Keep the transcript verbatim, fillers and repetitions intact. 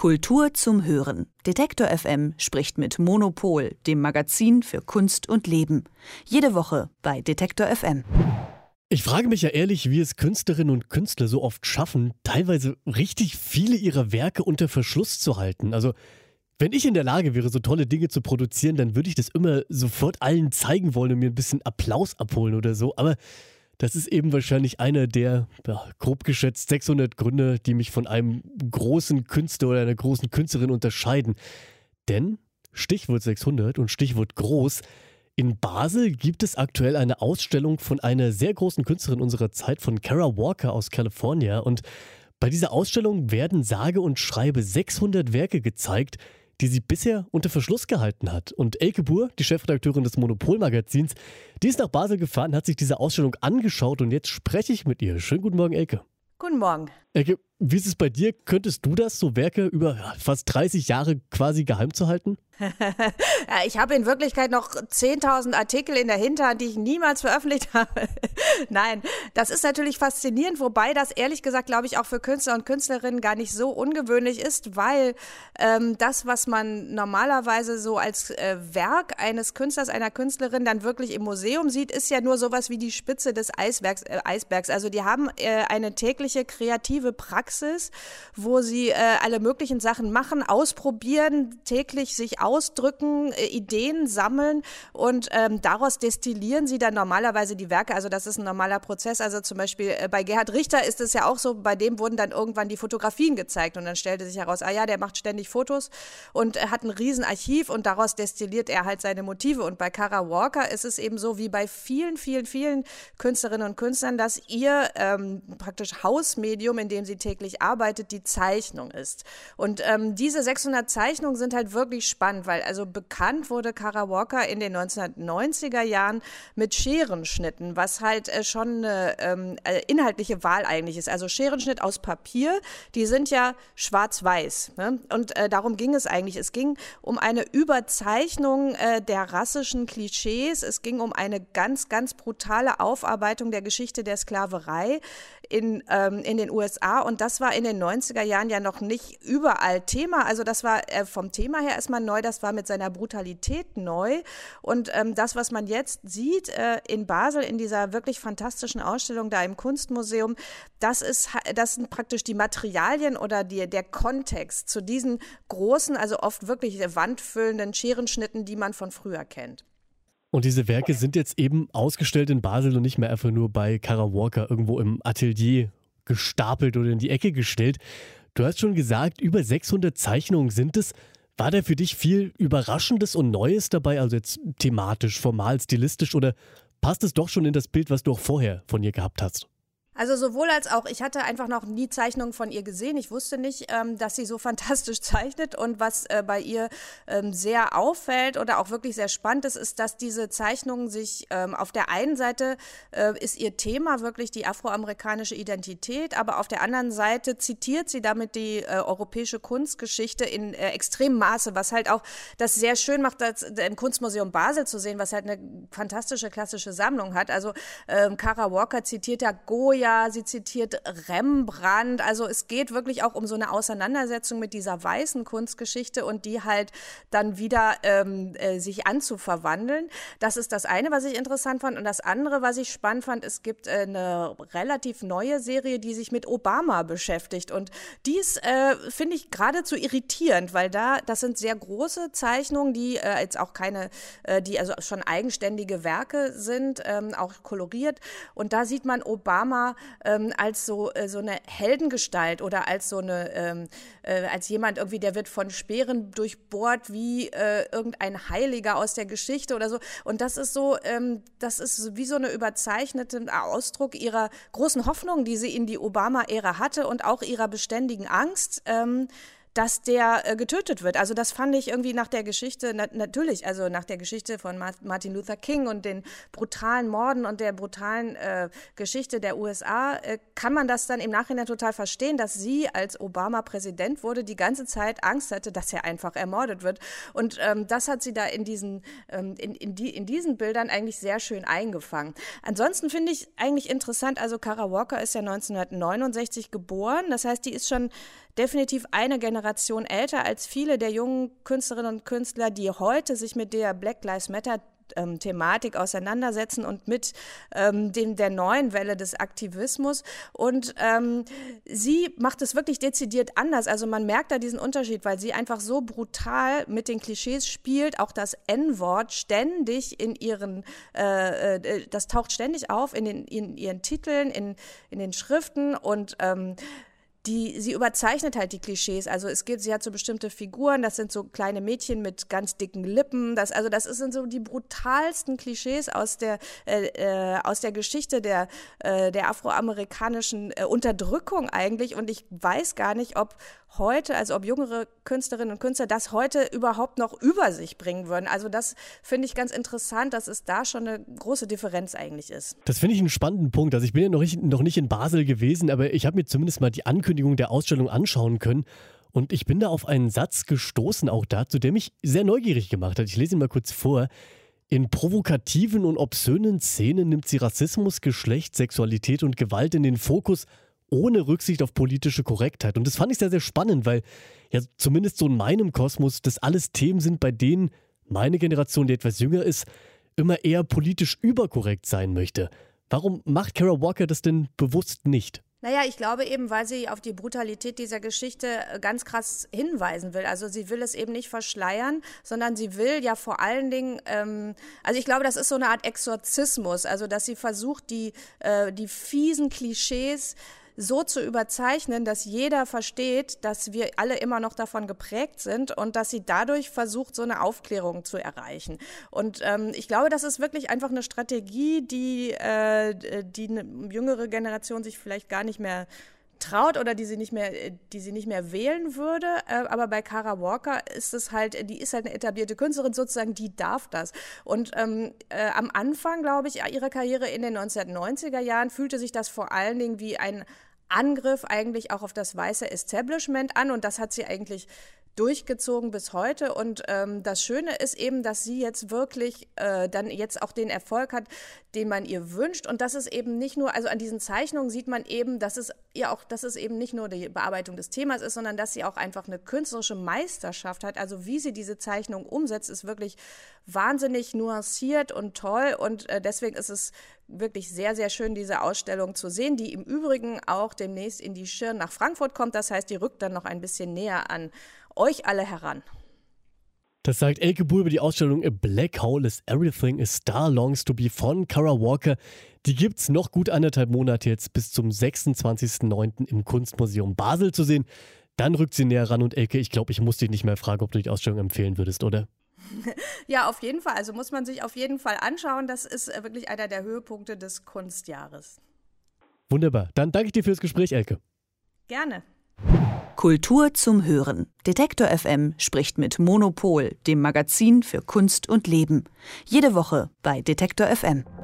Kultur zum Hören. Detektor F M spricht mit Monopol, dem Magazin für Kunst und Leben. Jede Woche bei Detektor F M. Ich frage mich ja ehrlich, wie es Künstlerinnen und Künstler so oft schaffen, teilweise richtig viele ihrer Werke unter Verschluss zu halten. Also, wenn ich in der Lage wäre, so tolle Dinge zu produzieren, dann würde ich das immer sofort allen zeigen wollen und mir ein bisschen Applaus abholen oder so. Aber das ist eben wahrscheinlich einer der, ja, grob geschätzt sechshundert Gründe, die mich von einem großen Künstler oder einer großen Künstlerin unterscheiden. Denn, Stichwort sechshundert und Stichwort groß, in Basel gibt es aktuell eine Ausstellung von einer sehr großen Künstlerin unserer Zeit, von Kara Walker aus California. Und bei dieser Ausstellung werden sage und schreibe sechshundert Werke gezeigt, die sie bisher unter Verschluss gehalten hat. Und Elke Buhr, die Chefredakteurin des Monopol-Magazins, die ist nach Basel gefahren, hat sich diese Ausstellung angeschaut und jetzt spreche ich mit ihr. Schönen guten Morgen, Elke. Guten Morgen. Elke, wie ist es bei dir? Könntest du das, so Werke über fast dreißig Jahre quasi geheim zu halten? Ja, ich habe in Wirklichkeit noch zehntausend Artikel in der Hinterhand, die ich niemals veröffentlicht habe. Nein, das ist natürlich faszinierend, wobei das ehrlich gesagt, glaube ich, auch für Künstler und Künstlerinnen gar nicht so ungewöhnlich ist, weil ähm, das, was man normalerweise so als äh, Werk eines Künstlers, einer Künstlerin dann wirklich im Museum sieht, ist ja nur sowas wie die Spitze des Eisbergs. Äh, Eisbergs. Also die haben äh, eine tägliche kreative Praxis, wo sie äh, alle möglichen Sachen machen, ausprobieren, täglich sich ausdrücken, äh, Ideen sammeln und ähm, daraus destillieren sie dann normalerweise die Werke. Also das ist ein normaler Prozess. Also zum Beispiel äh, bei Gerhard Richter ist es ja auch so, bei dem wurden dann irgendwann die Fotografien gezeigt und dann stellte sich heraus, ah ja, der macht ständig Fotos und er hat ein riesen Archiv und daraus destilliert er halt seine Motive. Und bei Kara Walker ist es eben so wie bei vielen, vielen, vielen Künstlerinnen und Künstlern, dass ihr ähm, praktisch Hausmedium, in dem sie täglich arbeitet, die Zeichnung ist. Und ähm, diese sechshundert Zeichnungen sind halt wirklich spannend, weil also bekannt wurde Kara Walker in den neunzehnhundertneunziger Jahren mit Scherenschnitten, was halt äh, schon eine ähm, inhaltliche Wahl eigentlich ist. Also Scherenschnitt aus Papier, die sind ja schwarz-weiß. Ne? Und äh, darum ging es eigentlich. Es ging um eine Überzeichnung äh, der rassischen Klischees. Es ging um eine ganz, ganz brutale Aufarbeitung der Geschichte der Sklaverei in, ähm, in den U S A. Und das war in den neunziger Jahren ja noch nicht überall Thema. Also das war äh, vom Thema her erstmal neu. Das war mit seiner Brutalität neu. Und ähm, das, was man jetzt sieht äh, in Basel, in dieser wirklich fantastischen Ausstellung da im Kunstmuseum, das ist, das sind praktisch die Materialien oder die, der Kontext zu diesen großen, also oft wirklich wandfüllenden Scherenschnitten, die man von früher kennt. Und diese Werke sind jetzt eben ausgestellt in Basel und nicht mehr einfach nur bei Kara Walker irgendwo im Atelier gestapelt oder in die Ecke gestellt. Du hast schon gesagt, über sechshundert Zeichnungen sind es. War da für dich viel Überraschendes und Neues dabei, also jetzt thematisch, formal, stilistisch, oder passt es doch schon in das Bild, was du auch vorher von ihr gehabt hast? Also sowohl als auch, ich hatte einfach noch nie Zeichnungen von ihr gesehen. Ich wusste nicht, ähm, dass sie so fantastisch zeichnet, und was äh, bei ihr ähm, sehr auffällt oder auch wirklich sehr spannend ist, ist, dass diese Zeichnungen sich ähm, auf der einen Seite äh, ist ihr Thema wirklich die afroamerikanische Identität, aber auf der anderen Seite zitiert sie damit die äh, europäische Kunstgeschichte in äh, extremem Maße, was halt auch das sehr schön macht, das im Kunstmuseum Basel zu sehen, was halt eine fantastische klassische Sammlung hat. Also ähm, Kara Walker zitiert ja Goya, sie zitiert Rembrandt, also es geht wirklich auch um so eine Auseinandersetzung mit dieser weißen Kunstgeschichte und die halt dann wieder ähm, äh, sich anzuverwandeln. Das ist das eine, was ich interessant fand, und das andere, was ich spannend fand, es gibt äh, eine relativ neue Serie, die sich mit Obama beschäftigt, und dies äh, finde ich geradezu irritierend, weil da, das sind sehr große Zeichnungen, die äh, jetzt auch keine, äh, die also schon eigenständige Werke sind, ähm, auch koloriert, und da sieht man Obama Ähm, als so, äh, so eine Heldengestalt oder als so eine, ähm, äh, als jemand irgendwie, der wird von Speeren durchbohrt wie äh, irgendein Heiliger aus der Geschichte oder so. Und das ist so, ähm, das ist wie so eine überzeichnete Ausdruck ihrer großen Hoffnung, die sie in die Obama-Ära hatte, und auch ihrer beständigen Angst, ähm, dass der äh, getötet wird. Also das fand ich irgendwie nach der Geschichte, na, natürlich, also nach der Geschichte von Martin Luther King und den brutalen Morden und der brutalen äh, Geschichte der U S A, äh, kann man das dann im Nachhinein total verstehen, dass sie, als Obama Präsident wurde, die ganze Zeit Angst hatte, dass er einfach ermordet wird. Und ähm, das hat sie da in diesen, ähm, in, in, die, in diesen Bildern eigentlich sehr schön eingefangen. Ansonsten finde ich eigentlich interessant, also Kara Walker ist ja neunzehnhundertneunundsechzig geboren, das heißt, die ist schon definitiv eine Generation Generation älter als viele der jungen Künstlerinnen und Künstler, die heute sich mit der Black Lives Matter Ähm, Thematik auseinandersetzen und mit ähm, dem, der neuen Welle des Aktivismus. Und ähm, sie macht es wirklich dezidiert anders. Also man merkt da diesen Unterschied, weil sie einfach so brutal mit den Klischees spielt. Auch das En-Wort ständig in ihren, äh, äh, das taucht ständig auf in, den, in ihren Titeln, in, in den Schriften und ähm, Die, sie überzeichnet halt die Klischees. Also es geht, sie hat so bestimmte Figuren, das sind so kleine Mädchen mit ganz dicken Lippen. Das, also das sind so die brutalsten Klischees aus der, äh, äh, aus der Geschichte der, äh, der afroamerikanischen äh, Unterdrückung eigentlich. Und ich weiß gar nicht, ob heute, also ob jüngere Künstlerinnen und Künstler das heute überhaupt noch über sich bringen würden. Also das finde ich ganz interessant, dass es da schon eine große Differenz eigentlich ist. Das finde ich einen spannenden Punkt. Also ich bin ja noch nicht, noch nicht in Basel gewesen, aber ich habe mir zumindest mal die Ankündigung der Ausstellung anschauen können. Und ich bin da auf einen Satz gestoßen, auch dazu, der mich sehr neugierig gemacht hat. Ich lese ihn mal kurz vor. In provokativen und obszönen Szenen nimmt sie Rassismus, Geschlecht, Sexualität und Gewalt in den Fokus, ohne Rücksicht auf politische Korrektheit. Und das fand ich sehr, sehr spannend, weil ja zumindest so in meinem Kosmos das alles Themen sind, bei denen meine Generation, die etwas jünger ist, immer eher politisch überkorrekt sein möchte. Warum macht Kara Walker das denn bewusst nicht? Naja, ich glaube eben, weil sie auf die Brutalität dieser Geschichte ganz krass hinweisen will. Also sie will es eben nicht verschleiern, sondern sie will ja vor allen Dingen, ähm, also ich glaube, das ist so eine Art Exorzismus, also dass sie versucht, die, äh, die fiesen Klischees so zu überzeichnen, dass jeder versteht, dass wir alle immer noch davon geprägt sind und dass sie dadurch versucht, so eine Aufklärung zu erreichen. Und ähm, ich glaube, das ist wirklich einfach eine Strategie, die, äh, die eine jüngere Generation sich vielleicht gar nicht mehr traut oder die sie nicht mehr, die sie nicht mehr wählen würde. Aber bei Kara Walker ist es halt, die ist halt eine etablierte Künstlerin sozusagen, die darf das. Und ähm, äh, am Anfang, glaube ich, ihrer Karriere in den neunzehnhundertneunziger Jahren fühlte sich das vor allen Dingen wie ein Angriff eigentlich auch auf das weiße Establishment an und das hat sie eigentlich durchgezogen bis heute und ähm, das Schöne ist eben, dass sie jetzt wirklich äh, dann jetzt auch den Erfolg hat, den man ihr wünscht und das ist eben nicht nur, also an diesen Zeichnungen sieht man eben, dass es ihr auch, dass es eben nicht nur die Bearbeitung des Themas ist, sondern dass sie auch einfach eine künstlerische Meisterschaft hat, also wie sie diese Zeichnung umsetzt, ist wirklich wahnsinnig nuanciert und toll und äh, deswegen ist es wirklich sehr, sehr schön, diese Ausstellung zu sehen, die im Übrigen auch demnächst in die Schirn nach Frankfurt kommt, das heißt, die rückt dann noch ein bisschen näher an euch alle heran. Das sagt Elke Buhr über die Ausstellung A Black Hole is Everything a Star Longs to Be von Kara Walker. Die gibt's noch gut anderthalb Monate jetzt bis zum sechsundzwanzigsten neunten im Kunstmuseum Basel zu sehen. Dann rückt sie näher ran und Elke, ich glaube, ich muss dich nicht mehr fragen, ob du die Ausstellung empfehlen würdest, oder? Ja, auf jeden Fall. Also muss man sich auf jeden Fall anschauen. Das ist wirklich einer der Höhepunkte des Kunstjahres. Wunderbar. Dann danke ich dir fürs Gespräch, Elke. Gerne. Kultur zum Hören. Detektor F M spricht mit Monopol, dem Magazin für Kunst und Leben. Jede Woche bei Detektor F M.